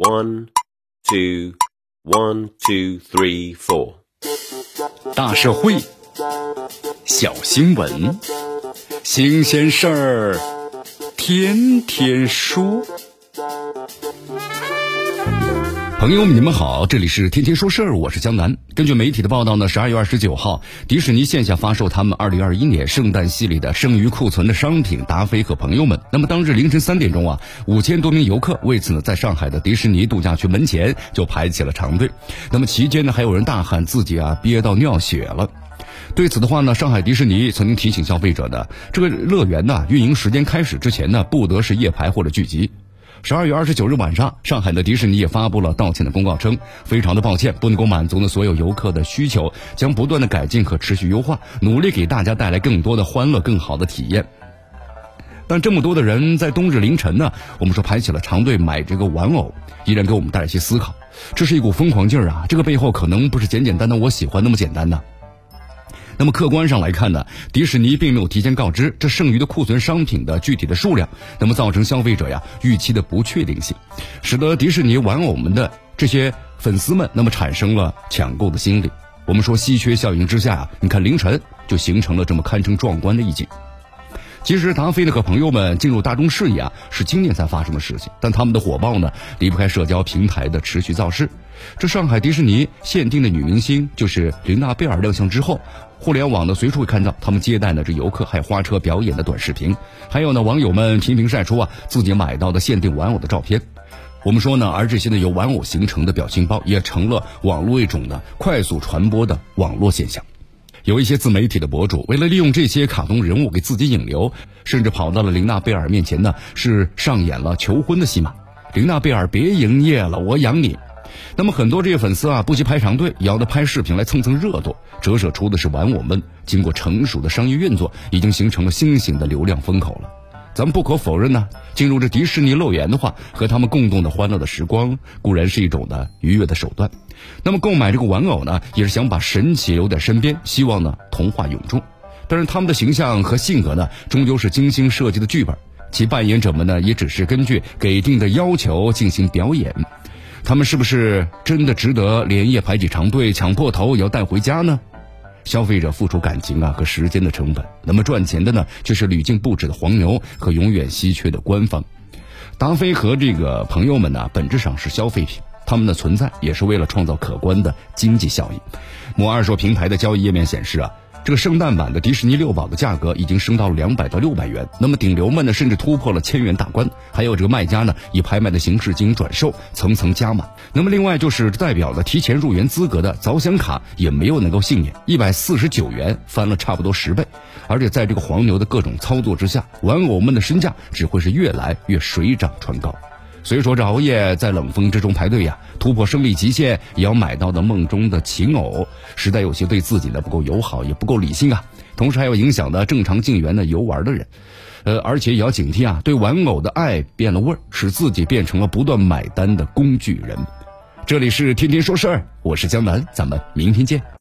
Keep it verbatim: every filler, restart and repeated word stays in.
One, two, one, two, three, four。 大社会，小新闻，新鲜事儿，天天说。朋友们，你们好，这里是天天说事儿，我是江南。根据媒体的报道呢，十二月二十九号，迪士尼线下发售他们二零二一年圣诞系列的剩余库存的商品达菲和朋友们。那么当日凌晨三点钟啊，五千多名游客为此呢，在上海的迪士尼度假区门前就排起了长队。那么期间呢，还有人大喊自己啊憋到尿血了。对此的话呢，上海迪士尼曾经提醒消费者的，这个乐园呢运营时间开始之前呢，不得是夜排或者聚集。十二月二十九日晚上，上海的迪士尼也发布了道歉的公告，称非常的抱歉，不能够满足呢所有游客的需求，将不断的改进和持续优化，努力给大家带来更多的欢乐，更好的体验。但这么多的人在冬日凌晨呢，我们说排起了长队买这个玩偶，依然给我们带来一些思考。这是一股疯狂劲儿啊，这个背后可能不是简简单单我喜欢那么简单的。那么客观上来看呢，迪士尼并没有提前告知这剩余的库存商品的具体的数量，那么造成消费者呀预期的不确定性，使得迪士尼玩偶们的这些粉丝们那么产生了抢购的心理。我们说稀缺效应之下啊，你看凌晨就形成了这么堪称壮观的意境。其实达菲呢和朋友们进入大众视野啊是今年才发生的事情，但他们的火爆呢离不开社交平台的持续造势。这上海迪士尼限定的女明星就是琳娜贝尔亮相之后，互联网呢随处会看到他们接待呢这游客还有花车表演的短视频，还有呢网友们频频晒出啊自己买到的限定玩偶的照片。我们说呢，而这些呢由玩偶形成的表情包也成了网络一种呢快速传播的网络现象。有一些自媒体的博主为了利用这些卡通人物给自己引流，甚至跑到了琳娜贝尔面前呢是上演了求婚的戏码。琳娜贝尔别营业了，我养你。那么很多这些粉丝啊不惜排长队，也要的拍视频来蹭蹭热度，折射出的是玩偶们经过成熟的商业运作，已经形成了新型的流量风口了。咱们不可否认呢，进入这迪士尼乐园的话，和他们共度的欢乐的时光固然是一种的愉悦的手段。那么购买这个玩偶呢，也是想把神奇留在身边，希望呢童话永驻。但是他们的形象和性格呢，终究是精心设计的剧本，其扮演者们呢，也只是根据给定的要求进行表演。他们是不是真的值得连夜排起长队，抢破头也要带回家呢？消费者付出感情啊和时间的成本，那么赚钱的呢却是屡禁不止的黄牛和永远稀缺的官方。达菲和这个朋友们呢，本质上是消费品，他们的存在也是为了创造可观的经济效益。某二手平台的交易页面显示啊，这个圣诞版的迪士尼六宝的价格已经升到了两百到六百元，那么顶流们呢甚至突破了千元大关，还有这个卖家呢以拍卖的形式进行转售，层层加码。那么另外就是代表了提前入园资格的早享卡也没有能够幸免，一百四十九元翻了差不多十倍。而且在这个黄牛的各种操作之下，玩偶们的身价只会是越来越水涨船高。所以说这熬夜在冷风之中排队呀，突破生理极限也要买到的梦中的情偶，实在有些对自己呢不够友好，也不够理性啊。同时还有影响的正常进园的游玩的人，呃，而且也要警惕啊，对玩偶的爱变了味儿，使自己变成了不断买单的工具人。这里是天天说事儿，我是江南，咱们明天见。